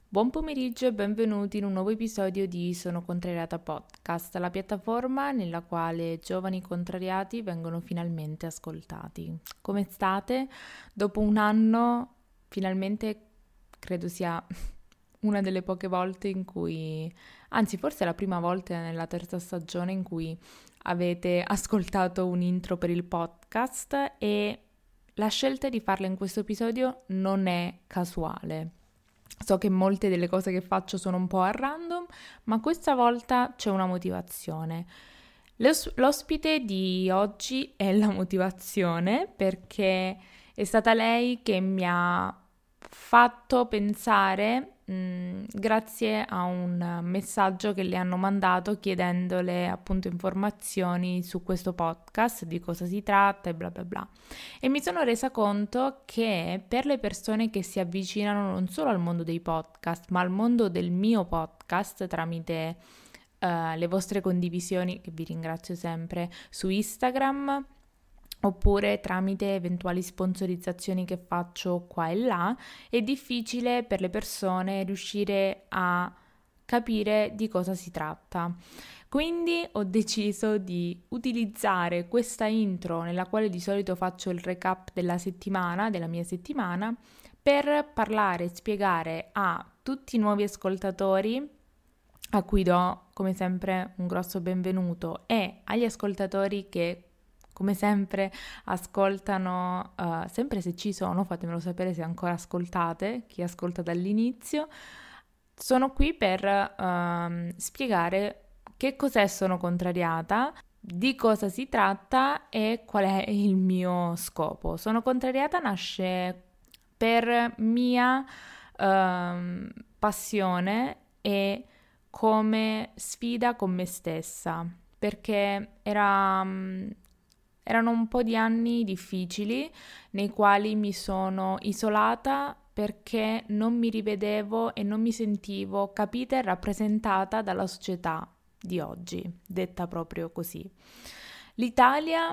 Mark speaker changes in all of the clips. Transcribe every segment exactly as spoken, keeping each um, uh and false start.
Speaker 1: Buon pomeriggio e benvenuti in un nuovo episodio di Sono Contrariata Podcast, la piattaforma nella quale giovani contrariati vengono finalmente ascoltati. Come state? Dopo un anno, finalmente credo sia una delle poche volte in cui, anzi forse è la prima volta nella terza stagione in cui avete ascoltato un intro per il podcast e la scelta di farla in questo episodio non è casuale. So che molte delle cose che faccio sono un po' a random, ma questa volta c'è una motivazione. L'os- L'ospite di oggi è la motivazione perché è stata lei che mi ha fatto pensare, mh, grazie a un messaggio che le hanno mandato chiedendole appunto informazioni su questo podcast, di cosa si tratta e bla bla bla. E mi sono resa conto che per le persone che si avvicinano non solo al mondo dei podcast, ma al mondo del mio podcast tramite uh, le vostre condivisioni, che vi ringrazio sempre, su Instagram, oppure tramite eventuali sponsorizzazioni che faccio qua e là, è difficile per le persone riuscire a capire di cosa si tratta. Quindi ho deciso di utilizzare questa intro nella quale di solito faccio il recap della settimana, della mia settimana, per parlare e spiegare a tutti i nuovi ascoltatori, a cui do come sempre un grosso benvenuto, e agli ascoltatori che come sempre ascoltano, uh, sempre se ci sono, fatemelo sapere se ancora ascoltate, chi ascolta dall'inizio. Sono qui per uh, spiegare che cos'è Sono Contrariata, di cosa si tratta e qual è il mio scopo. Sono Contrariata nasce per mia uh, passione e come sfida con me stessa, perché era... Um, Erano un po' di anni difficili nei quali mi sono isolata perché non mi rivedevo e non mi sentivo capita e rappresentata dalla società di oggi, detta proprio così. L'Italia,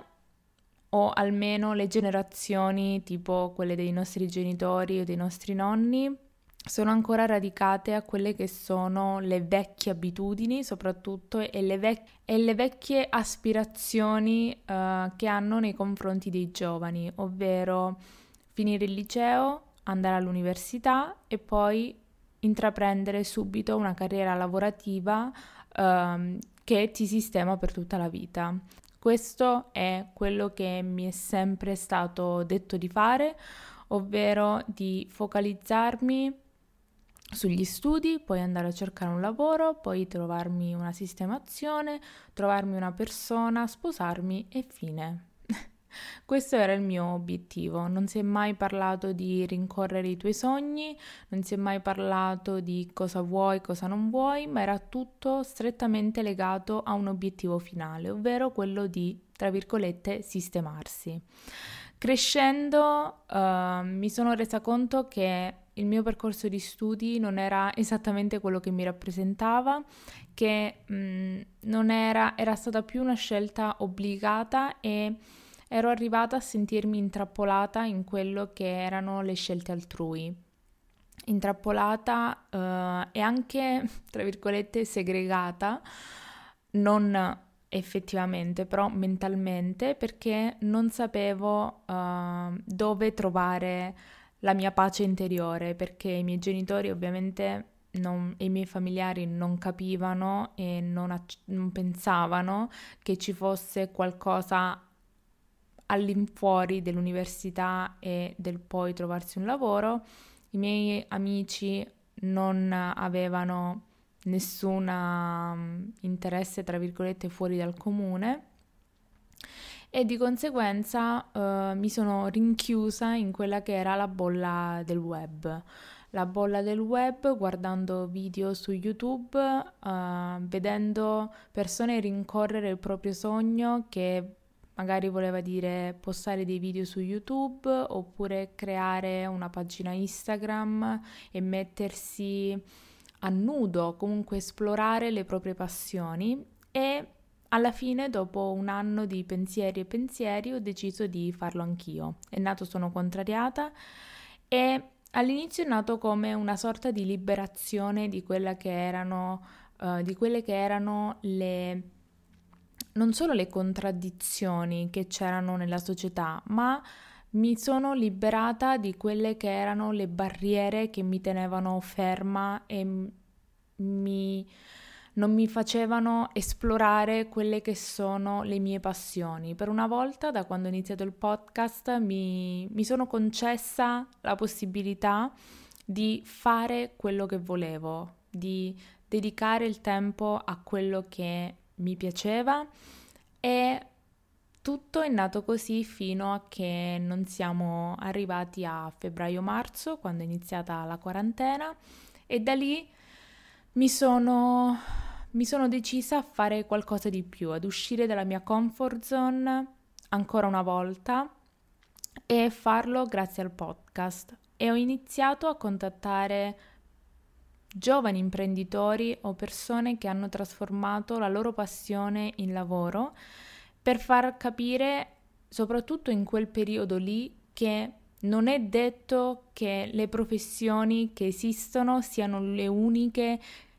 Speaker 1: o almeno le generazioni tipo quelle dei nostri genitori o dei nostri nonni, sono ancora radicate a quelle che sono le vecchie abitudini soprattutto e le, vec- e le vecchie aspirazioni uh, che hanno nei confronti dei giovani, ovvero finire il liceo, andare all'università e poi intraprendere subito una carriera lavorativa uh, che ti sistema per tutta la vita. Questo è quello che mi è sempre stato detto di fare, ovvero di focalizzarmi sugli studi, poi andare a cercare un lavoro, poi trovarmi una sistemazione, trovarmi una persona, sposarmi e fine. Questo era il mio obiettivo. Non si è mai parlato di rincorrere i tuoi sogni, non si è mai parlato di cosa vuoi, cosa non vuoi, ma era tutto strettamente legato a un obiettivo finale, ovvero quello di, tra virgolette, sistemarsi. Crescendo uh, mi sono resa conto che il mio percorso di studi non era esattamente quello che mi rappresentava, che mh, non era, era stata più una scelta obbligata e ero arrivata a sentirmi intrappolata in quello che erano le scelte altrui. Intrappolata uh, e anche, tra virgolette, segregata, non effettivamente, però mentalmente, perché non sapevo uh, dove trovare la mia pace interiore, perché i miei genitori ovviamente non, e i miei familiari non capivano e non, acc- non pensavano che ci fosse qualcosa all'infuori dell'università e del poi trovarsi un lavoro. I miei amici non avevano nessun um, interesse, tra virgolette, fuori dal comune e di conseguenza uh, mi sono rinchiusa in quella che era la bolla del web. La bolla del web, guardando video su YouTube, uh, vedendo persone rincorrere il proprio sogno che magari voleva dire postare dei video su YouTube oppure creare una pagina Instagram e mettersi a nudo, comunque esplorare le proprie passioni e alla fine, dopo un anno di pensieri e pensieri, ho deciso di farlo anch'io. È nato Sono Contrariata e all'inizio è nato come una sorta di liberazione di quella che erano, uh, di quelle che erano le, non solo le contraddizioni che c'erano nella società, ma mi sono liberata di quelle che erano le barriere che mi tenevano ferma e mi, non mi facevano esplorare quelle che sono le mie passioni. Per una volta, da quando ho iniziato il podcast, mi, mi sono concessa la possibilità di fare quello che volevo, di dedicare il tempo a quello che mi piaceva, e tutto è nato così fino a che non siamo arrivati a febbraio-marzo, quando è iniziata la quarantena, e da lì mi sono, mi sono decisa a fare qualcosa di più, ad uscire dalla mia comfort zone ancora una volta, e farlo grazie al podcast. E ho iniziato a contattare giovani imprenditori o persone che hanno trasformato la loro passione in lavoro, per far capire, soprattutto in quel periodo lì, che non è detto che le professioni che esistono siano le uniche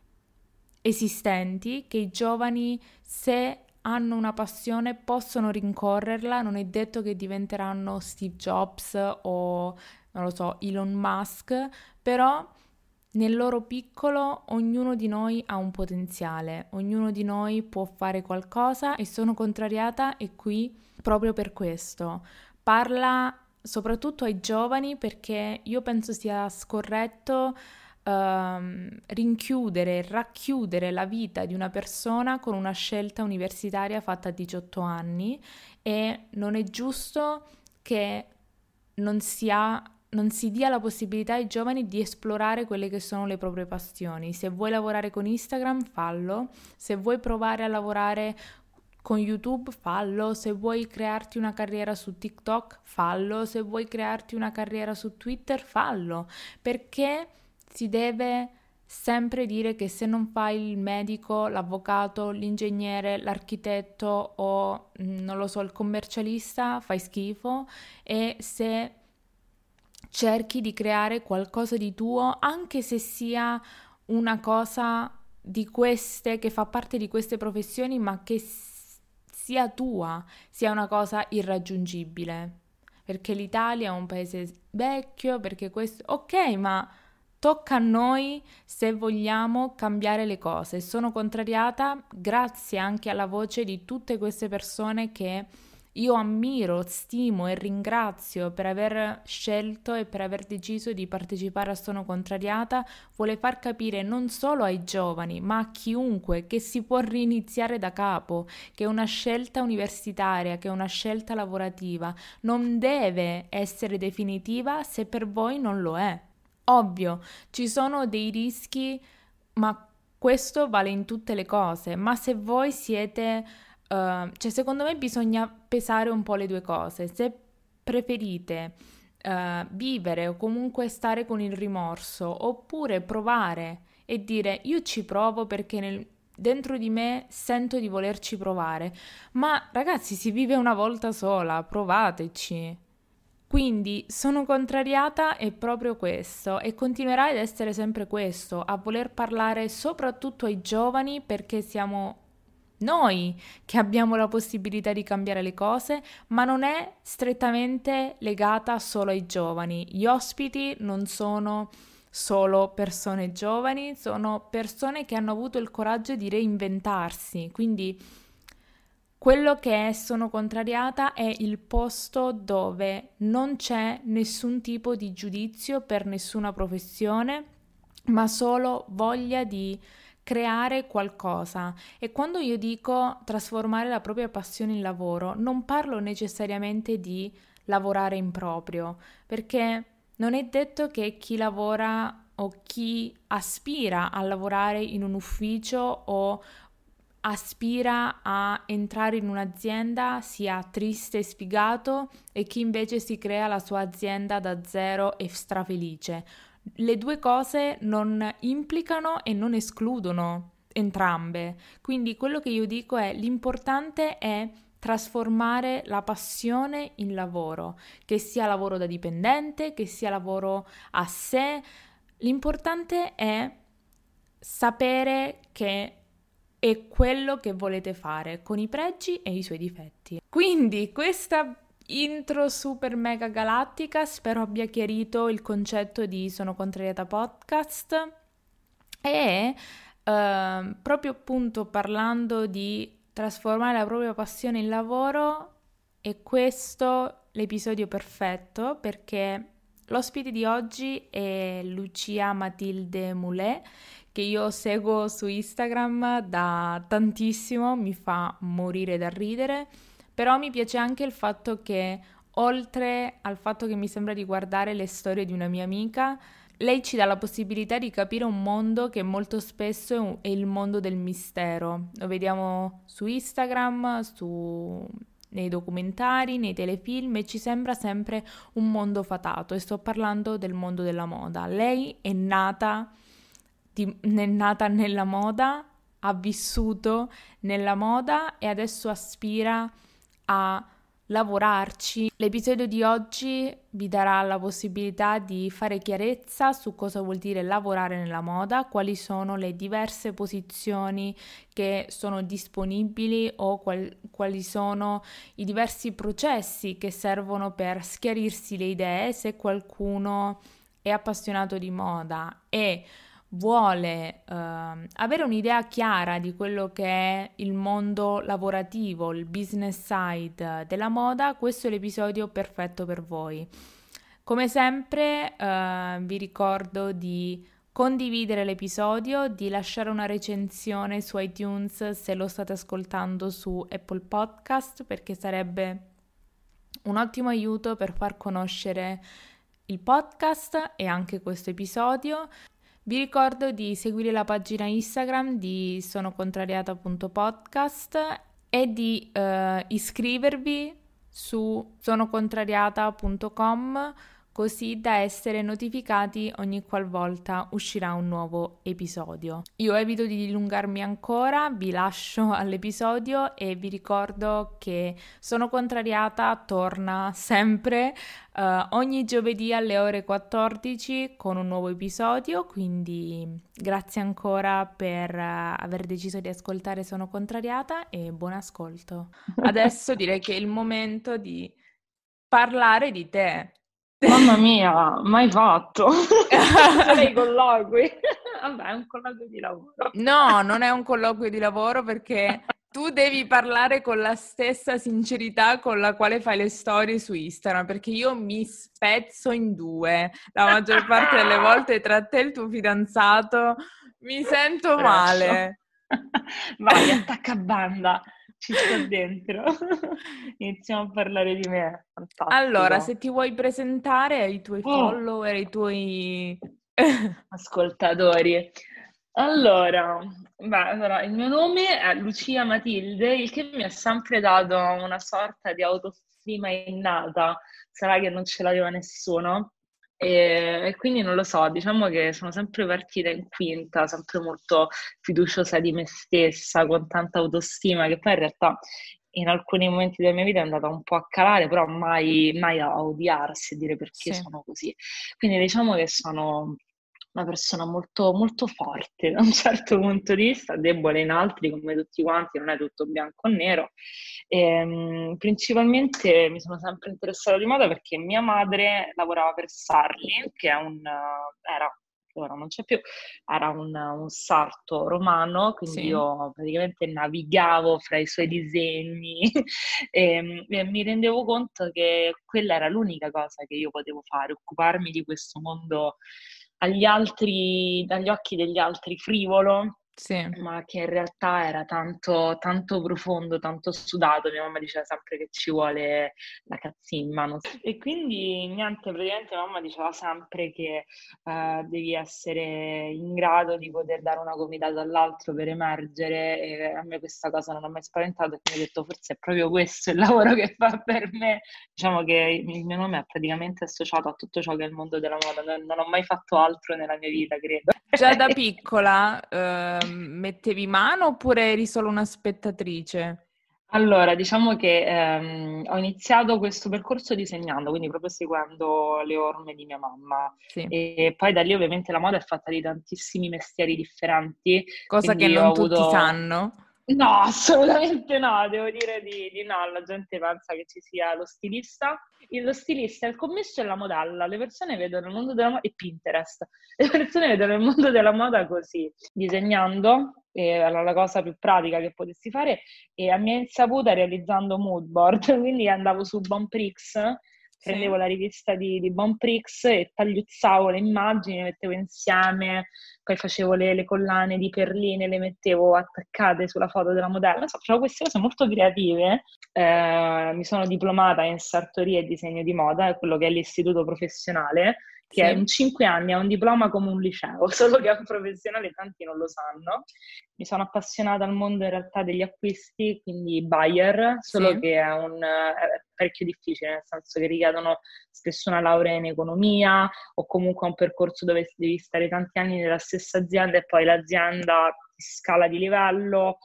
Speaker 1: esistenti, che i giovani, se hanno una passione, possono rincorrerla. Non è detto che diventeranno Steve Jobs o, non lo so, Elon Musk, però nel loro piccolo ognuno di noi ha un potenziale, ognuno di noi può fare qualcosa, e sono contrariata è qui proprio per questo. Parla soprattutto ai giovani, perché io penso sia scorretto ehm, rinchiudere, racchiudere la vita di una persona con una scelta universitaria fatta a diciotto anni, e non è giusto che non sia non si dia la possibilità ai giovani di esplorare quelle che sono le proprie passioni. Se vuoi lavorare con Instagram, fallo. Se vuoi provare a lavorare con YouTube, fallo. Se vuoi crearti una carriera su TikTok, fallo. Se vuoi crearti una carriera su Twitter, fallo. Perché si deve sempre dire che se non fai il medico, l'avvocato, l'ingegnere, l'architetto o, non lo so, il commercialista, fai schifo. E se cerchi di creare qualcosa di tuo, anche se sia una cosa di queste, che fa parte di queste professioni, ma che s- sia tua, sia una cosa irraggiungibile. Perché l'Italia è un paese vecchio, perché questo... Ok, ma tocca a noi se vogliamo cambiare le cose. Sono contrariata grazie anche alla voce di tutte queste persone che io ammiro, stimo e ringrazio per aver scelto e per aver deciso di partecipare a Sono Contrariata. Vuole far capire non solo ai giovani, ma a chiunque, che si può riniziare da capo, che una scelta universitaria, che una scelta lavorativa non deve essere definitiva se per voi non lo è. Ovvio, ci sono dei rischi, ma questo vale in tutte le cose. Ma se voi siete... Uh, cioè secondo me bisogna pesare un po' le due cose. Se preferite uh, vivere o comunque stare con il rimorso, oppure provare e dire io ci provo perché nel, dentro di me sento di volerci provare. Ma ragazzi, si vive una volta sola, provateci. Quindi sono contrariata è proprio questo, e continuerà ad essere sempre questo, a voler parlare soprattutto ai giovani, perché siamo noi che abbiamo la possibilità di cambiare le cose, ma non è strettamente legata solo ai giovani. Gli ospiti non sono solo persone giovani, sono persone che hanno avuto il coraggio di reinventarsi. Quindi quello che è Sono Contrariata è il posto dove non c'è nessun tipo di giudizio per nessuna professione, ma solo voglia di creare qualcosa. E quando io dico trasformare la propria passione in lavoro, non parlo necessariamente di lavorare in proprio, perché non è detto che chi lavora o chi aspira a lavorare in un ufficio o aspira a entrare in un'azienda sia triste e sfigato, e chi invece si crea la sua azienda da zero e strafelice. Le due cose non implicano e non escludono entrambe. Quindi quello che io dico è: l'importante è trasformare la passione in lavoro, che sia lavoro da dipendente, che sia lavoro a sé. L'importante è sapere che è quello che volete fare, con i pregi e i suoi difetti. Quindi questa intro super mega galattica spero abbia chiarito il concetto di Sono Contrariata Podcast e eh, proprio appunto parlando di trasformare la propria passione in lavoro è questo l'episodio perfetto, perché l'ospite di oggi è Lucia Matilde Moulet, che io seguo su Instagram da tantissimo, mi fa morire da ridere, però mi piace anche il fatto che, oltre al fatto che mi sembra di guardare le storie di una mia amica, lei ci dà la possibilità di capire un mondo che molto spesso è il mondo del mistero. Lo vediamo su Instagram, su... nei documentari, nei telefilm, e ci sembra sempre un mondo fatato, e sto parlando del mondo della moda. Lei è nata, di, è nata nella moda, ha vissuto nella moda e adesso aspira a lavorarci. L'episodio di oggi vi darà la possibilità di fare chiarezza su cosa vuol dire lavorare nella moda, quali sono le diverse posizioni che sono disponibili o qual- quali sono i diversi processi che servono per schiarirsi le idee se qualcuno è appassionato di moda e vuole uh, avere un'idea chiara di quello che è il mondo lavorativo, il business side della moda. Questo è l'episodio perfetto per voi. Come sempre uh, vi ricordo di condividere l'episodio, di lasciare una recensione su iTunes se lo state ascoltando su Apple Podcast, perché sarebbe un ottimo aiuto per far conoscere il podcast e anche questo episodio. Vi ricordo di seguire la pagina Instagram di sonocontrariata punto podcast e di uh, iscrivervi su sonocontrariata punto com, così da essere notificati ogni qualvolta uscirà un nuovo episodio. Io evito di dilungarmi ancora, vi lascio all'episodio e vi ricordo che Sono Contrariata torna sempre uh, ogni giovedì alle ore quattordici con un nuovo episodio, quindi grazie ancora per uh, aver deciso di ascoltare Sono Contrariata e buon ascolto. Adesso direi che è il momento di parlare di te.
Speaker 2: Mamma mia, mai fatto! Sarei colloqui. Vabbè, è un colloquio di lavoro.
Speaker 1: No, non è un colloquio di lavoro, perché tu devi parlare con la stessa sincerità con la quale fai le storie su Instagram, perché io mi spezzo in due la maggior parte delle volte tra te e il tuo fidanzato. Mi sento male.
Speaker 2: Vai, attacca banda. Ci sto dentro. Iniziamo a parlare di me. Fantastico.
Speaker 1: Allora, se ti vuoi presentare ai tuoi
Speaker 2: Oh.
Speaker 1: follower, ai tuoi
Speaker 2: ascoltatori. Allora, beh, allora, il mio nome è Lucia Matilde, il che mi ha sempre dato una sorta di autostima innata. Sarà che non ce l'aveva nessuno. E, e quindi non lo so, diciamo che sono sempre partita in quinta, sempre molto fiduciosa di me stessa, con tanta autostima, che poi in realtà in alcuni momenti della mia vita è andata un po' a calare, però mai, mai a odiarsi e dire perché
Speaker 1: Sì.
Speaker 2: sono così. Quindi diciamo che sono una persona molto, molto forte da un certo punto di vista, debole in altri, come tutti quanti, non è tutto bianco o nero. E, principalmente mi sono sempre interessata di moda perché mia madre lavorava per Sarli, che è un, era, ora non c'è più, era un, un sarto romano, quindi
Speaker 1: Sì.
Speaker 2: io praticamente navigavo fra i suoi disegni e, e mi rendevo conto che quella era l'unica cosa che io potevo fare, occuparmi di questo mondo agli altri, dagli occhi degli altri frivolo,
Speaker 1: Sì.
Speaker 2: ma che in realtà era tanto, tanto profondo, tanto sudato. Mia mamma diceva sempre che ci vuole la cazzo in mano. E quindi niente, praticamente mamma diceva sempre che eh, devi essere in grado di poter dare una gomitata all'altro per emergere, e a me questa cosa non ha mai spaventato e mi ho detto forse è proprio questo il lavoro che fa per me. Diciamo che il mio nome è praticamente associato a tutto ciò che è il mondo della moda, non, non ho mai fatto altro nella mia vita, credo.
Speaker 1: Già da piccola eh, mettevi mano oppure eri solo una spettatrice?
Speaker 2: Allora, diciamo che ehm, ho iniziato questo percorso disegnando, quindi proprio seguendo le orme di mia mamma.
Speaker 1: Sì,
Speaker 2: E poi da lì ovviamente la moda è fatta di tantissimi mestieri differenti,
Speaker 1: cosa che
Speaker 2: quindi ho
Speaker 1: non tutti
Speaker 2: avuto...
Speaker 1: sanno.
Speaker 2: No, assolutamente no, devo dire di, di no, la gente pensa che ci sia lo stilista, il- lo stilista, il commesso e la modella, le persone vedono il mondo della moda e Pinterest, le persone vedono il mondo della moda così, disegnando, e era la cosa più pratica che potessi fare, e a mia insaputa realizzando mood board, quindi andavo su Bonprix,
Speaker 1: Sì.
Speaker 2: prendevo la rivista di, di Bonprix e tagliuzzavo le immagini, le mettevo insieme, poi facevo le, le collane di perline, le mettevo attaccate sulla foto della modella. Insomma, facevo queste cose molto creative. Eh, mi sono diplomata in sartoria e disegno di moda, quello che è l'istituto professionale, che è
Speaker 1: Sì.
Speaker 2: in cinque anni, ha un diploma come un liceo, solo che è un professionale, tanti non lo sanno. Mi sono appassionata al mondo in realtà degli acquisti, quindi buyer, solo
Speaker 1: Sì.
Speaker 2: che è un è parecchio difficile, nel senso che richiedono spesso una laurea in economia o comunque un percorso dove devi stare tanti anni nella stessa azienda e poi l'azienda ti scala di livello.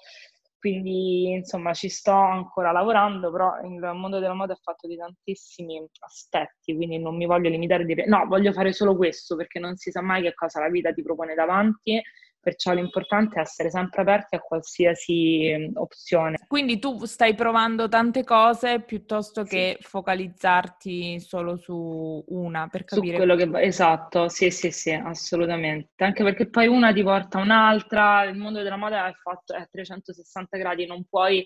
Speaker 2: Quindi, insomma, ci sto ancora lavorando, però il mondo della moda è fatto di tantissimi aspetti, quindi non mi voglio limitare a dire no, voglio fare solo questo, perché non si sa mai che cosa la vita ti propone davanti, perciò l'importante è essere sempre aperti a qualsiasi eh, opzione.
Speaker 1: Quindi tu stai provando tante cose piuttosto
Speaker 2: Sì.
Speaker 1: che focalizzarti solo su una per
Speaker 2: Su
Speaker 1: capire.
Speaker 2: quello che va, esatto, sì, sì, sì, assolutamente. Anche perché poi una ti porta a un'altra, il mondo della moda è fatto è a trecentosessanta gradi, non puoi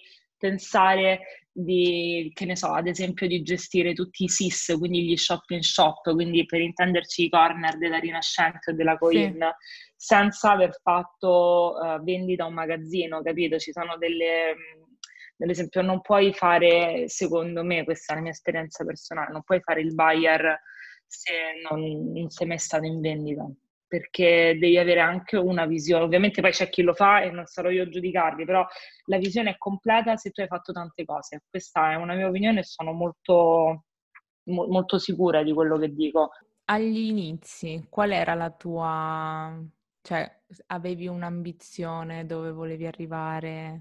Speaker 2: pensare di, che ne so, ad esempio di gestire tutti i S I S, quindi gli shop in shop, quindi per intenderci i corner della Rinascente o della
Speaker 1: Sì,
Speaker 2: Coin, senza aver fatto eh, vendita a un magazzino, capito? Ci sono delle... Ad esempio, non puoi fare, secondo me, questa è la mia esperienza personale, non puoi fare il buyer se non, non sei mai stato in vendita, perché devi avere anche una visione. Ovviamente poi c'è chi lo fa e non sarò io a giudicarli, però la visione è completa se tu hai fatto tante cose. Questa è una mia opinione e sono molto, mo- molto sicura di quello che dico.
Speaker 1: agli inizi, qual era la tua, cioè, avevi un'ambizione dove volevi arrivare?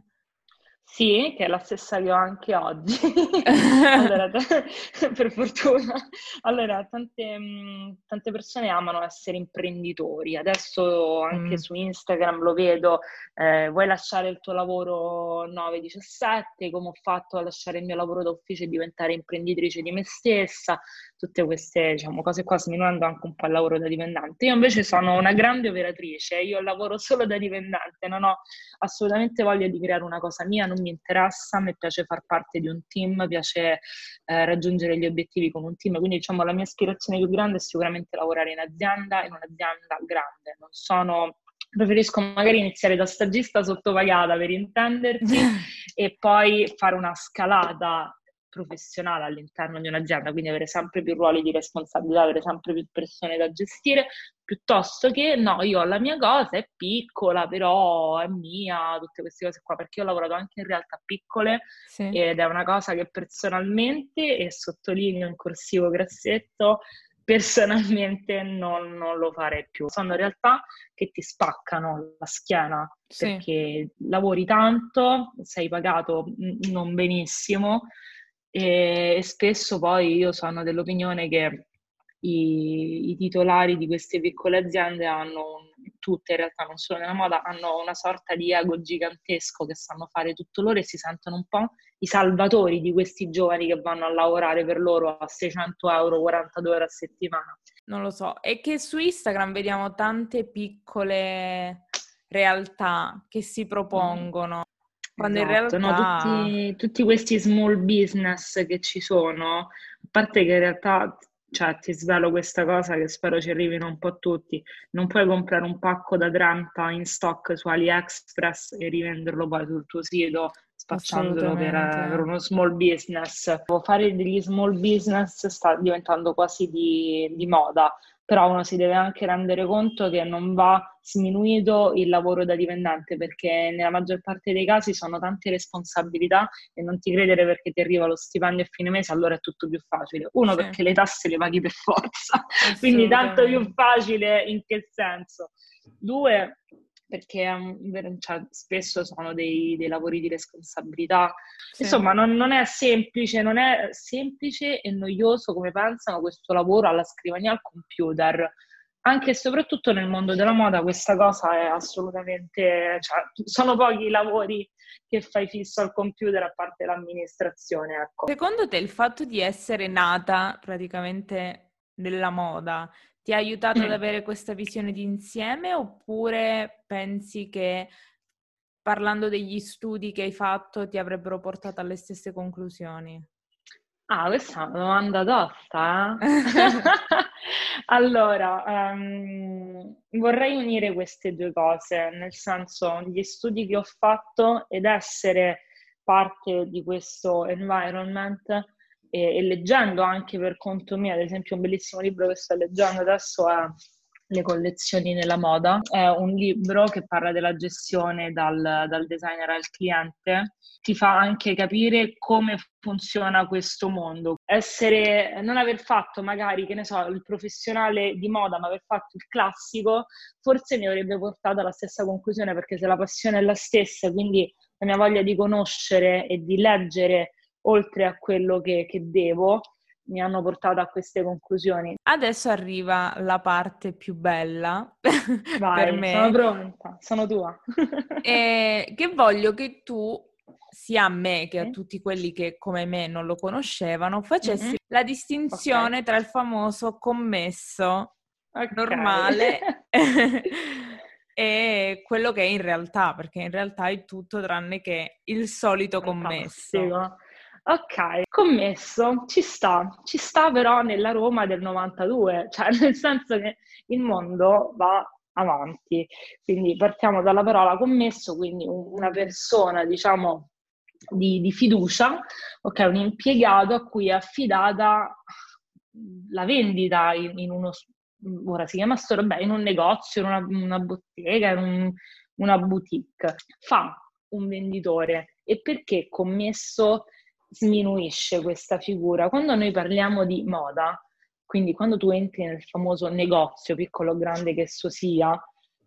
Speaker 2: Sì, che è la stessa che ho anche oggi. Allora, t- per fortuna. Allora, tante, mh, tante persone amano essere imprenditori. Adesso anche
Speaker 1: Mm,
Speaker 2: su Instagram lo vedo, eh, vuoi lasciare il tuo lavoro nove diciassette, come ho fatto a lasciare il mio lavoro d'ufficio e diventare imprenditrice di me stessa, tutte queste, diciamo, cose qua, sminuendo anche un po' il lavoro da dipendente. Io invece sono una grande operatrice, io lavoro solo da dipendente, non ho assolutamente voglia di creare una cosa mia, non mi interessa, mi piace far parte di un team, mi piace eh, raggiungere gli obiettivi con un team, quindi diciamo la mia aspirazione più grande è sicuramente lavorare in azienda, in un'azienda grande, non sono... Preferisco magari iniziare da stagista sottopagata per intenderci e poi fare una scalata professionale all'interno di un'azienda, quindi avere sempre più ruoli di responsabilità, avere sempre più persone da gestire, piuttosto che no, io ho la mia cosa, è piccola, però è mia, tutte queste cose qua, perché io ho lavorato anche in realtà piccole
Speaker 1: sì,
Speaker 2: ed è una cosa che personalmente, e sottolineo in corsivo grassetto, personalmente non, non lo farei più. Sono realtà che ti spaccano la schiena
Speaker 1: sì.
Speaker 2: perché lavori tanto, sei pagato mm, non benissimo e, e spesso poi io sono dell'opinione che i, i titolari di queste piccole aziende hanno, un- tutte in realtà, non solo nella moda, hanno una sorta di ego gigantesco che sanno fare tutto loro e si sentono un po' i salvatori di questi giovani che vanno a lavorare per loro a seicento euro, quarantadue ore a settimana.
Speaker 1: Non lo so, è che su Instagram vediamo tante piccole realtà che si
Speaker 2: Mm.
Speaker 1: propongono, quando in
Speaker 2: Esatto, no,
Speaker 1: realtà
Speaker 2: tutti, tutti questi small business che ci sono, a parte che in realtà, cioè, ti svelo questa cosa che spero ci arrivino un po' a tutti, non puoi comprare un pacco da trenta in stock su AliExpress e rivenderlo poi sul tuo sito spacciandolo per, eh, per
Speaker 1: assolutamente.
Speaker 2: uno small business. Fare degli small business sta diventando quasi di, di moda, però uno si deve anche rendere conto che non va sminuito il lavoro da dipendente perché nella maggior parte dei casi sono tante responsabilità e non ti credere perché ti arriva lo stipendio a fine mese, allora è tutto più facile. Uno,
Speaker 1: Sì,
Speaker 2: perché le tasse le paghi per forza, quindi tanto più
Speaker 1: assolutamente.
Speaker 2: facile in che senso? Due, perché um, ver- cioè, spesso sono dei, dei lavori di responsabilità.
Speaker 1: Sì.
Speaker 2: Insomma, non, non è semplice, non è semplice e noioso come pensano questo lavoro alla scrivania al computer. Anche e soprattutto nel mondo della moda questa cosa è assolutamente, cioè, sono pochi i lavori che fai fisso al computer a parte l'amministrazione, ecco.
Speaker 1: Secondo te il fatto di essere nata praticamente nella moda ti ha aiutato ad
Speaker 2: Mm.
Speaker 1: avere questa visione di insieme oppure pensi che parlando degli studi che hai fatto ti avrebbero portato alle stesse conclusioni?
Speaker 2: Ah, questa è una domanda tosta, eh? Allora, ehm, vorrei unire queste due cose, nel senso, gli studi che ho fatto ed essere parte di questo environment e, e leggendo anche per conto mio, ad esempio un bellissimo libro che sto leggendo adesso è Le collezioni nella moda, è un libro che parla della gestione dal, dal designer al cliente, ti fa anche capire come funziona questo mondo. Essere, non aver fatto magari, che ne so, il professionale di moda, ma aver fatto il classico, forse mi avrebbe portato alla stessa conclusione, perché se la passione è la stessa, quindi la mia voglia di conoscere e di leggere oltre a quello che, che devo, mi hanno portato a queste conclusioni.
Speaker 1: Adesso arriva la parte più bella per
Speaker 2: Vai, sono
Speaker 1: me,
Speaker 2: pronta, sono tua.
Speaker 1: e che voglio che tu, sia a me che a
Speaker 2: Sì?
Speaker 1: tutti quelli che come me non lo conoscevano, facessi
Speaker 2: Mm-mm.
Speaker 1: la
Speaker 2: Ok,
Speaker 1: distinzione tra il famoso commesso
Speaker 2: ok.
Speaker 1: normale e quello che è in realtà, perché in realtà è tutto tranne che il solito commesso.
Speaker 2: Fantastico. Ok, commesso, ci sta, ci sta però nella Roma del novantadue, cioè nel senso che il mondo va avanti. Quindi partiamo dalla parola commesso, quindi un- una persona, diciamo, di, di fiducia, ok, un impiegato a cui è affidata la vendita in, in uno, ora si chiama store, beh, in un negozio, in una, una bottega, in un- una boutique. Fa un venditore. E perché commesso sminuisce questa figura? Quando noi parliamo di moda, quindi quando tu entri nel famoso negozio, piccolo o grande che esso sia,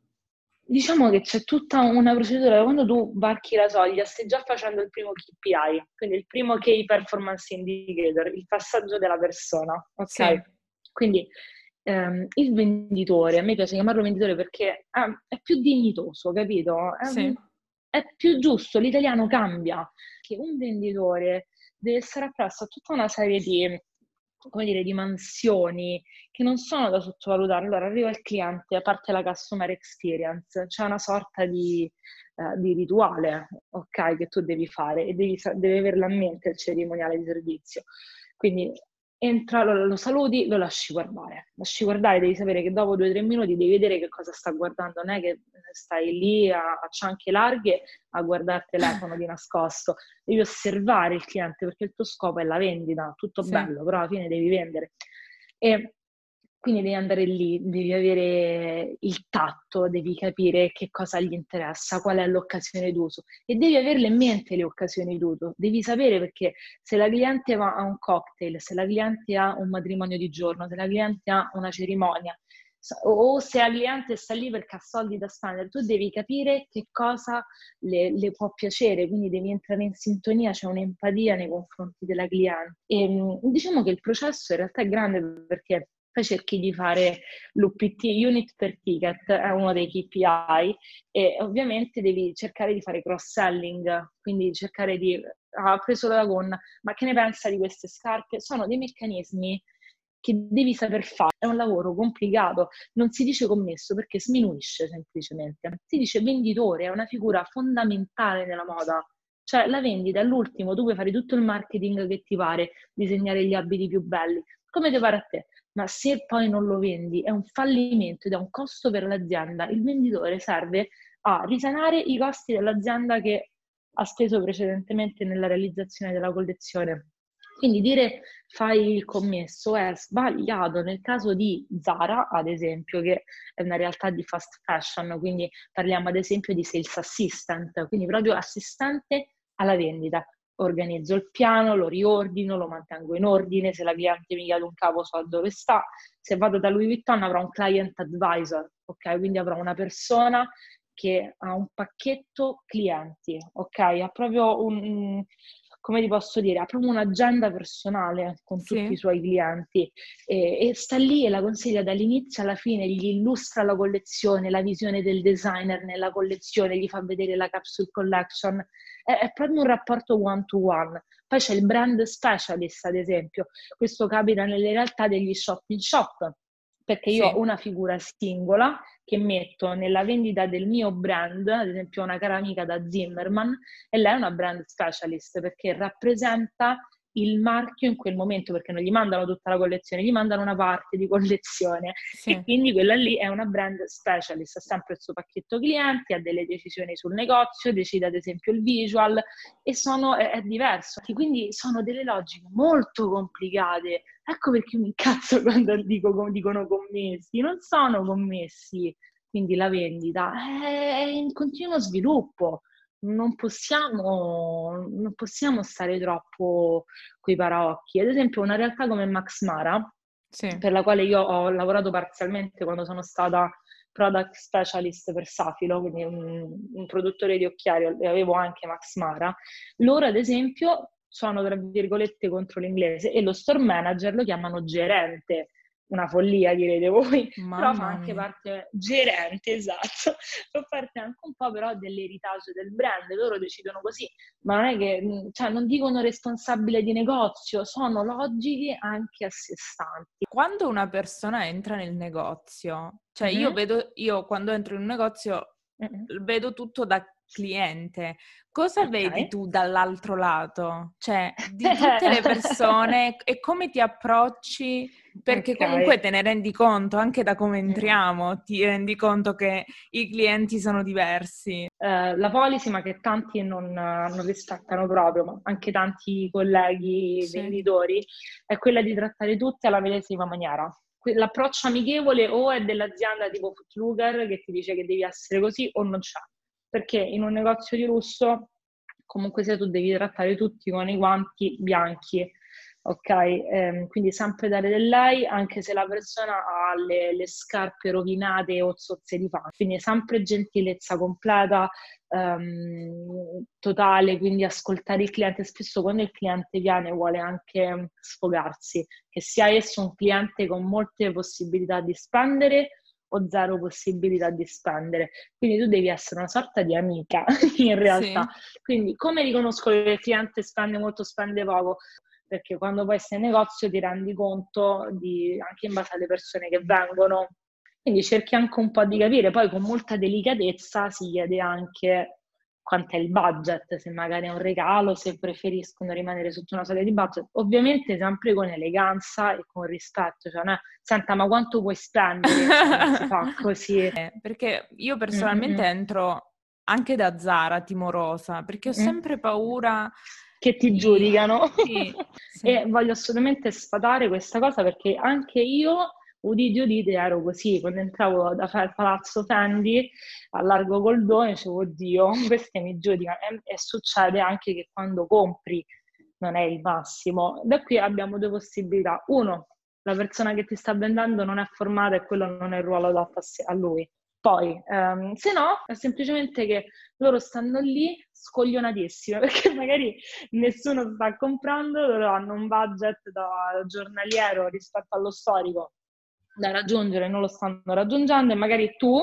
Speaker 2: diciamo che c'è tutta una procedura. Quando tu varchi la soglia, stai già facendo il primo K P I, quindi il primo Key Performance Indicator, il passaggio della persona,
Speaker 1: Sì,
Speaker 2: ok? Quindi ehm, il venditore, a me piace chiamarlo venditore perché è, è più dignitoso, capito? È,
Speaker 1: sì.
Speaker 2: è più giusto, l'italiano cambia, che un venditore deve stare appresso a tutta una serie di, come dire, di mansioni che non sono da sottovalutare. Allora arriva il cliente, a parte la customer experience, c'è una sorta di, eh, di rituale, ok, che tu devi fare e devi, sa- devi averla a mente il cerimoniale di servizio. Quindi entra, lo, lo saluti, lo lasci guardare. Lasci guardare, devi sapere che dopo due o tre minuti devi vedere che cosa sta guardando, non è che stai lì a, a cianche larghe a guardare il telefono di nascosto. Devi osservare il cliente perché il tuo scopo è la vendita, tutto
Speaker 1: Sì.
Speaker 2: bello, però alla fine devi vendere. E quindi devi andare lì, devi avere il tatto, devi capire che cosa gli interessa, qual è l'occasione d'uso e devi averle in mente le occasioni d'uso. Devi sapere, perché se la cliente va a un cocktail, se la cliente ha un matrimonio di giorno, se la cliente ha una cerimonia, o se la cliente sta lì perché ha soldi da spendere, tu devi capire che cosa le, le può piacere, quindi devi entrare in sintonia, c'è un'empatia nei confronti della cliente. E diciamo che il processo in realtà è grande, perché poi cerchi di fare l'U P T, unit per ticket, è uno dei K P I, e ovviamente devi cercare di fare cross-selling, quindi cercare di, ah, ho preso la gonna, ma che ne pensa di queste scarpe? Sono dei meccanismi che devi saper fare, è un lavoro complicato, non si dice commesso perché sminuisce semplicemente, si dice venditore, è una figura fondamentale nella moda. Cioè la vendita è l'ultimo, tu puoi fare tutto il marketing che ti pare, disegnare gli abiti più belli, come ti pare a te, ma se poi non lo vendi è un fallimento ed è un costo per l'azienda. Il venditore serve a risanare i costi dell'azienda che ha speso precedentemente nella realizzazione della collezione. Quindi dire fai il commesso è sbagliato. Nel caso di Zara, ad esempio, che è una realtà di fast fashion, quindi parliamo ad esempio di sales assistant, quindi proprio assistente alla vendita. Organizzo il piano, lo riordino, lo mantengo in ordine, se la cliente mi chiede un capo so dove sta, se vado da Louis Vuitton avrò un client advisor, ok? Quindi avrò una persona che ha un pacchetto clienti, ok? Ha proprio un, come ti posso dire, ha proprio un'agenda personale con
Speaker 1: Sì.
Speaker 2: tutti i suoi clienti e, e sta lì e la consiglia dall'inizio alla fine, gli illustra la collezione, la visione del designer nella collezione, gli fa vedere la capsule collection, è, è proprio un rapporto one to one. Poi c'è il brand specialist, ad esempio, questo capita nelle realtà degli shop in shop, perché io
Speaker 1: Sì.
Speaker 2: ho una figura singola che metto nella vendita del mio brand, ad esempio una cara amica da Zimmerman, e lei è una brand specialist perché rappresenta il marchio in quel momento, perché non gli mandano tutta la collezione, gli mandano una parte di collezione
Speaker 1: Sì.
Speaker 2: e quindi quella lì è una brand specialist, ha sempre il suo pacchetto clienti, ha delle decisioni sul negozio, decide ad esempio il visual e sono, è, è diverso. Quindi sono delle logiche molto complicate. Ecco perché mi incazzo quando dico, dicono commessi, non sono commessi, quindi la vendita è in continuo sviluppo. Non possiamo, non possiamo stare troppo coi paraocchi. Ad esempio, una realtà come Max Mara,
Speaker 1: Sì.
Speaker 2: per la quale io ho lavorato parzialmente quando sono stata product specialist per Safilo, quindi un, un produttore di occhiali, e avevo anche Max Mara, loro ad esempio sono tra virgolette contro l'inglese e lo store manager lo chiamano gerente. Una follia, direte voi,
Speaker 1: Mamma
Speaker 2: però fa anche
Speaker 1: mia.
Speaker 2: parte gerente, esatto, fa parte anche un po' però dell'heritage del brand, loro decidono così, ma non è che, cioè non dicono responsabile di negozio, sono logiche anche a sé stanti.
Speaker 1: Quando una persona entra nel negozio, cioè io
Speaker 2: Mhm.
Speaker 1: vedo, io quando entro in un negozio
Speaker 2: Mhm.
Speaker 1: vedo tutto da cliente. Cosa
Speaker 2: Ok.
Speaker 1: vedi tu dall'altro lato? Cioè, di tutte le persone e come ti approcci? Perché
Speaker 2: Ok.
Speaker 1: comunque te ne rendi conto, anche da come
Speaker 2: Mm.
Speaker 1: entriamo, ti rendi conto che i clienti sono diversi.
Speaker 2: Eh, la policy, ma che tanti non, non rispettano proprio, ma anche tanti colleghi
Speaker 1: Sì.
Speaker 2: venditori, è quella di trattare tutti alla medesima maniera. Que- L'approccio amichevole o è dell'azienda tipo Footlocker che ti dice che devi essere così o non c'è. Perché in un negozio di lusso comunque sia tu devi trattare tutti con i guanti bianchi, ok? Ehm, quindi sempre dare del lei, anche se la persona ha le, le scarpe rovinate o zozze di fango. Quindi sempre gentilezza completa, ehm, totale, quindi ascoltare il cliente. Spesso quando il cliente viene vuole anche sfogarsi, che sia esso un cliente con molte possibilità di spendere o zero possibilità di spendere. Quindi tu devi essere una sorta di amica in realtà.
Speaker 1: Sì.
Speaker 2: Quindi come riconosco che il cliente spende molto, spende poco? Perché quando poi sei in negozio ti rendi conto di, anche in base alle persone che vengono, quindi cerchi anche un po' di capire, poi con molta delicatezza si chiede anche quanto è il budget, se magari è un regalo, se preferiscono rimanere sotto una soglia di budget, ovviamente sempre con eleganza e con rispetto, cioè non è, senta ma quanto puoi spendere? Cioè non si fa così.
Speaker 1: Perché io personalmente
Speaker 2: Mm-mm.
Speaker 1: entro anche da Zara timorosa, perché ho
Speaker 2: Mm-mm.
Speaker 1: sempre paura
Speaker 2: Che ti
Speaker 1: di...
Speaker 2: giudicano.
Speaker 1: Sì, sì.
Speaker 2: E voglio assolutamente sfatare questa cosa perché anche io, udite udite, ero così. Quando entravo da fa- Palazzo Fendi a Largo Goldone, dicevo, oddio, questi mi giudicano. E, e succede anche che quando compri non è il massimo. Da qui abbiamo due possibilità. Uno, la persona che ti sta vendendo non è formata e quello non è il ruolo adatto a, se- a lui. Poi, ehm, se no, è semplicemente che loro stanno lì scoglionatissime perché magari nessuno sta comprando, loro hanno un budget da giornaliero rispetto allo storico da raggiungere, non lo stanno raggiungendo e magari tu,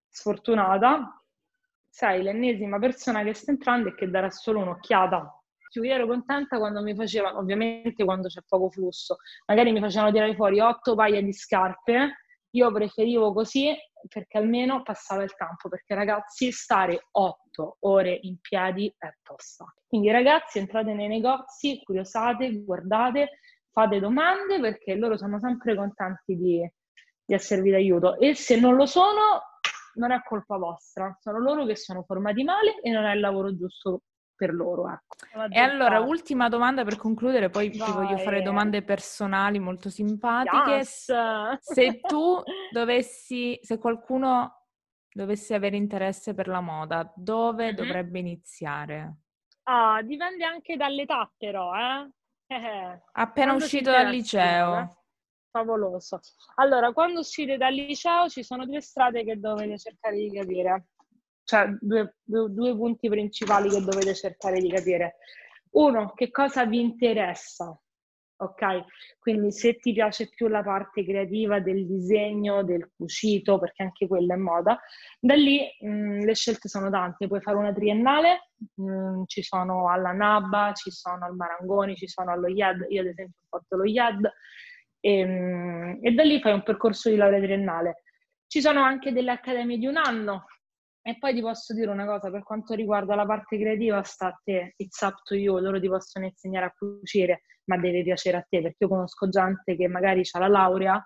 Speaker 2: sfortunata, sei l'ennesima persona che sta entrando e che darà solo un'occhiata. Io ero contenta quando mi facevano, ovviamente quando c'è poco flusso, magari mi facevano tirare fuori otto paia di scarpe, io preferivo così perché almeno passava il tempo, perché ragazzi stare otto ore in piedi è tosta. Quindi ragazzi entrate nei negozi, curiosate, guardate, fate domande perché loro sono sempre contenti di, di esservi d'aiuto e se non lo sono non è colpa vostra, sono loro che sono formati male e non è il lavoro giusto per loro, ecco.
Speaker 1: E allora, ultima domanda per concludere, poi ti voglio fare
Speaker 2: Vai.
Speaker 1: domande personali molto simpatiche.
Speaker 2: Yes.
Speaker 1: Se tu dovessi, se qualcuno dovesse avere interesse per la moda, dove
Speaker 2: Mhm.
Speaker 1: dovrebbe iniziare?
Speaker 2: Ah, dipende anche dall'età però, eh? Eh,
Speaker 1: Appena
Speaker 2: quando si
Speaker 1: uscito dal
Speaker 2: interessa di moda,
Speaker 1: liceo.
Speaker 2: favoloso. Allora, quando uscite dal liceo ci sono due strade che dovete cercare di capire. cioè due, due, due punti principali che dovete cercare di capire. Uno, che cosa vi interessa? Ok, quindi se ti piace più la parte creativa del disegno, del cucito, perché anche quella è moda, da lì mh, le scelte sono tante. Puoi fare una triennale, mh, ci sono alla NABA, ci sono al Marangoni, ci sono allo I E D, io ad esempio ho fatto lo I E D, e, mh, e da lì fai un percorso di laurea triennale. Ci sono anche delle accademie di un anno. E poi ti posso dire una cosa, per quanto riguarda la parte creativa, sta a te, it's up to you, loro ti possono insegnare a cucire, ma deve piacere a te, perché io conosco gente che magari ha la laurea,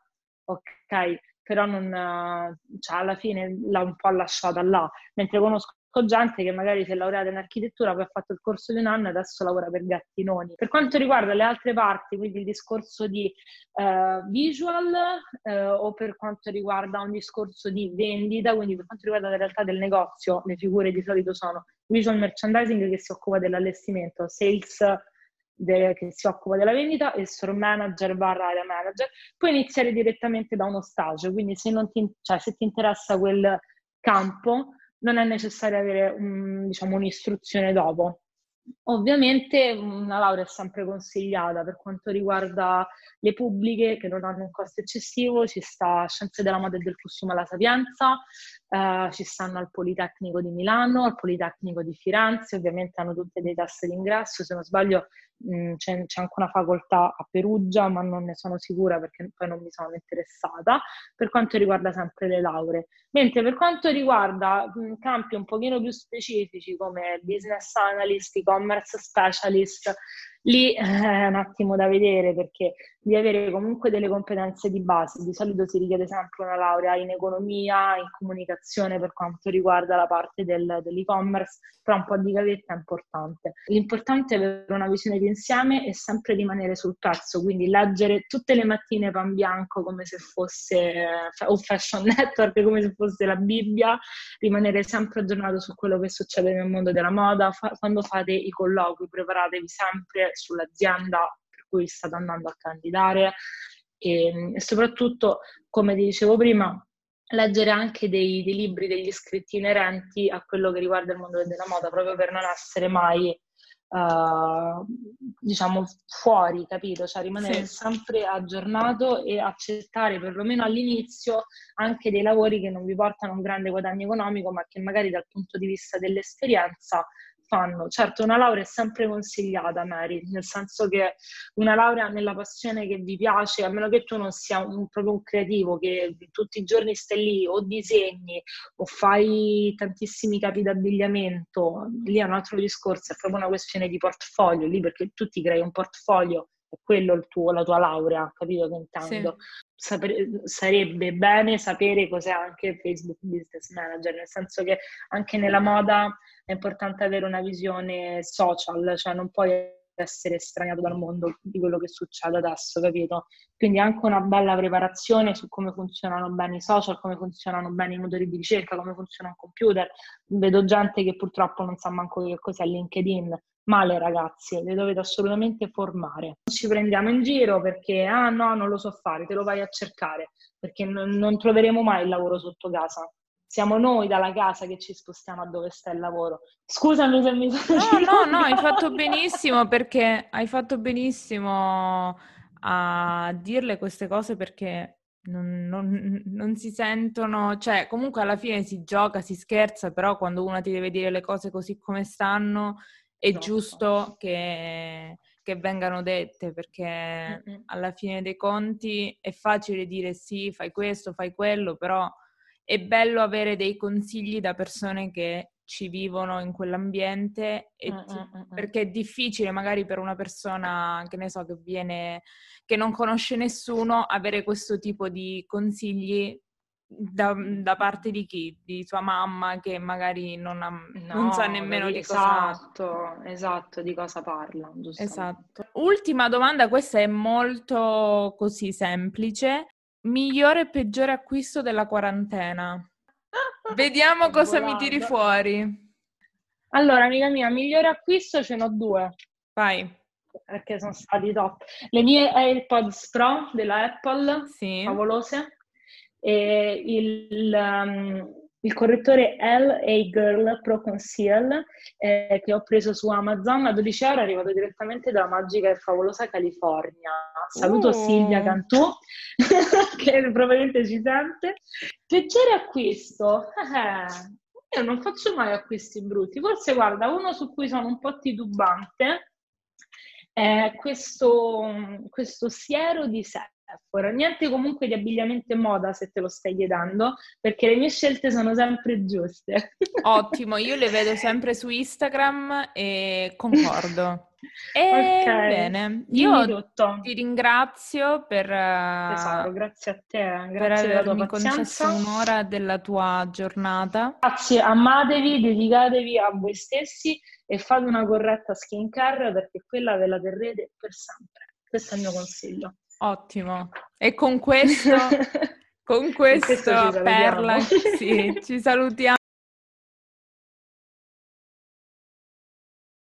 Speaker 2: ok, però non, eh, cioè alla fine l'ha un po' lasciata là, mentre conosco gente che magari si è laureata in architettura, poi ha fatto il corso di un anno e adesso lavora per Gattinoni. Per quanto riguarda le altre parti, quindi il discorso di eh, visual eh, o per quanto riguarda un discorso di vendita, quindi per quanto riguarda la realtà del negozio, le figure di solito sono visual merchandising che si occupa dell'allestimento, sales de- che si occupa della vendita e store manager barra area manager. Puoi iniziare direttamente da uno stage, quindi se, non ti, cioè, se ti interessa quel campo non è necessario avere un, diciamo, un'istruzione dopo. Ovviamente una laurea è sempre consigliata per quanto riguarda le pubbliche che non hanno un costo eccessivo, ci sta Scienze della Moda e del Costume alla Sapienza, eh, ci stanno al Politecnico di Milano, al Politecnico di Firenze, ovviamente hanno tutte dei tassi d'ingresso, se non sbaglio mh, c'è, c'è anche una facoltà a Perugia, ma non ne sono sicura perché poi non mi sono interessata, per quanto riguarda sempre le lauree. Mentre per quanto riguarda mh, campi un pochino più specifici come business analyst, e-commerce specialist, lì eh, è un attimo da vedere perché di avere comunque delle competenze di base. Di solito si richiede sempre una laurea in economia, in comunicazione per quanto riguarda la parte del, dell'e-commerce, però un po' di gavetta è importante. L'importante è avere una visione di insieme e sempre rimanere sul pezzo, quindi leggere tutte le mattine Pan Bianco come se fosse, o Fashion Network come se fosse la Bibbia, rimanere sempre aggiornato su quello che succede nel mondo della moda. Fa- quando fate i colloqui preparatevi sempre sull'azienda per cui state andando a candidare e, e soprattutto, come ti dicevo prima, leggere anche dei, dei libri, degli scritti inerenti a quello che riguarda il mondo della moda, proprio per non essere mai Uh, diciamo fuori, capito? Cioè rimanere
Speaker 1: Sì.
Speaker 2: sempre aggiornato e accettare perlomeno all'inizio anche dei lavori che non vi portano un grande guadagno economico, ma che magari dal punto di vista dell'esperienza fanno. Certo, una laurea è sempre consigliata, Mary, nel senso che una laurea nella passione che vi piace, a meno che tu non sia un, proprio un creativo che tutti i giorni stai lì o disegni o fai tantissimi capi d'abbigliamento, lì è un altro discorso, è proprio una questione di portfolio, lì perché tu ti crei un portfolio, è quello il tuo, la tua laurea, capito che intendo?
Speaker 1: Sì.
Speaker 2: Sapere, sarebbe bene sapere cos'è anche Facebook Business Manager, nel senso che anche nella moda è importante avere una visione social, cioè non puoi essere estraniato dal mondo di quello che succede adesso, capito? Quindi anche una bella preparazione su come funzionano bene i social, come funzionano bene i motori di ricerca, come funziona un computer. Vedo gente che purtroppo non sa manco che cos'è LinkedIn. Male ragazzi, le dovete assolutamente formare. Non ci prendiamo in giro perché, ah no, non lo so fare, te lo vai a cercare, perché non, non troveremo mai il lavoro sotto casa. Siamo noi dalla casa che ci spostiamo a dove sta il lavoro. Scusami se mi sono
Speaker 1: No, no, no, hai
Speaker 2: dilungata.
Speaker 1: fatto benissimo perché hai fatto benissimo a dirle queste cose perché non, non- non si sentono, cioè comunque alla fine si gioca, si scherza, però quando uno ti deve dire le cose così come stanno è
Speaker 2: Esatto.
Speaker 1: giusto che, che vengano dette perché
Speaker 2: Mm-mm.
Speaker 1: alla fine dei conti è facile dire sì, fai questo, fai quello, però è bello avere dei consigli da persone che ci vivono in quell'ambiente e ti-
Speaker 2: Mm-mm-mm.
Speaker 1: perché è difficile magari per una persona che ne so che viene che non conosce nessuno avere questo tipo di consigli da, da parte di chi? Di sua mamma che magari non, ha- non sa
Speaker 2: No,
Speaker 1: nemmeno
Speaker 2: capi-
Speaker 1: di cosa.
Speaker 2: esatto, esatto, di cosa parla, giustamente.
Speaker 1: Esatto. Ultima domanda, questa è molto così semplice. Migliore e peggiore acquisto della quarantena? Vediamo
Speaker 2: Ho
Speaker 1: cosa mi tiri
Speaker 2: volato.
Speaker 1: fuori.
Speaker 2: Allora, amica mia, migliore acquisto ce n'ho due,
Speaker 1: Vai.
Speaker 2: perché sono stati top. Le mie AirPods Pro della Apple,
Speaker 1: Sì.
Speaker 2: favolose, e il, um, il correttore L A Girl Pro Conceal eh, che ho preso su Amazon a dodici euro, è arrivato direttamente dalla magica e favolosa California. Saluto Silvia
Speaker 1: Uh,
Speaker 2: Cantù, che probabilmente ci sente. Peggiore acquisto? Eh, io non faccio mai acquisti brutti. Forse, guarda, uno su cui sono un po' titubante è questo, questo siero di Sephora. Niente comunque di abbigliamento e moda, se te lo stai chiedendo, perché le mie scelte sono sempre giuste.
Speaker 1: Ottimo, io le vedo sempre su Instagram e concordo.
Speaker 2: Ok,
Speaker 1: E bene,
Speaker 2: dimmi
Speaker 1: io
Speaker 2: tutto.
Speaker 1: ti ringrazio per,
Speaker 2: Tesoro,
Speaker 1: eh,
Speaker 2: grazie a te,
Speaker 1: per
Speaker 2: grazie della tua
Speaker 1: avermi concesso
Speaker 2: pazienza.
Speaker 1: un'ora della tua giornata.
Speaker 2: Grazie, amatevi, dedicatevi a voi stessi e fate una corretta skincare perché quella ve la terrete per sempre. Questo è il mio consiglio.
Speaker 1: Ottimo. E con questo, con
Speaker 2: Con questo ci
Speaker 1: questa
Speaker 2: salutiamo.
Speaker 1: perla, sì, ci salutiamo.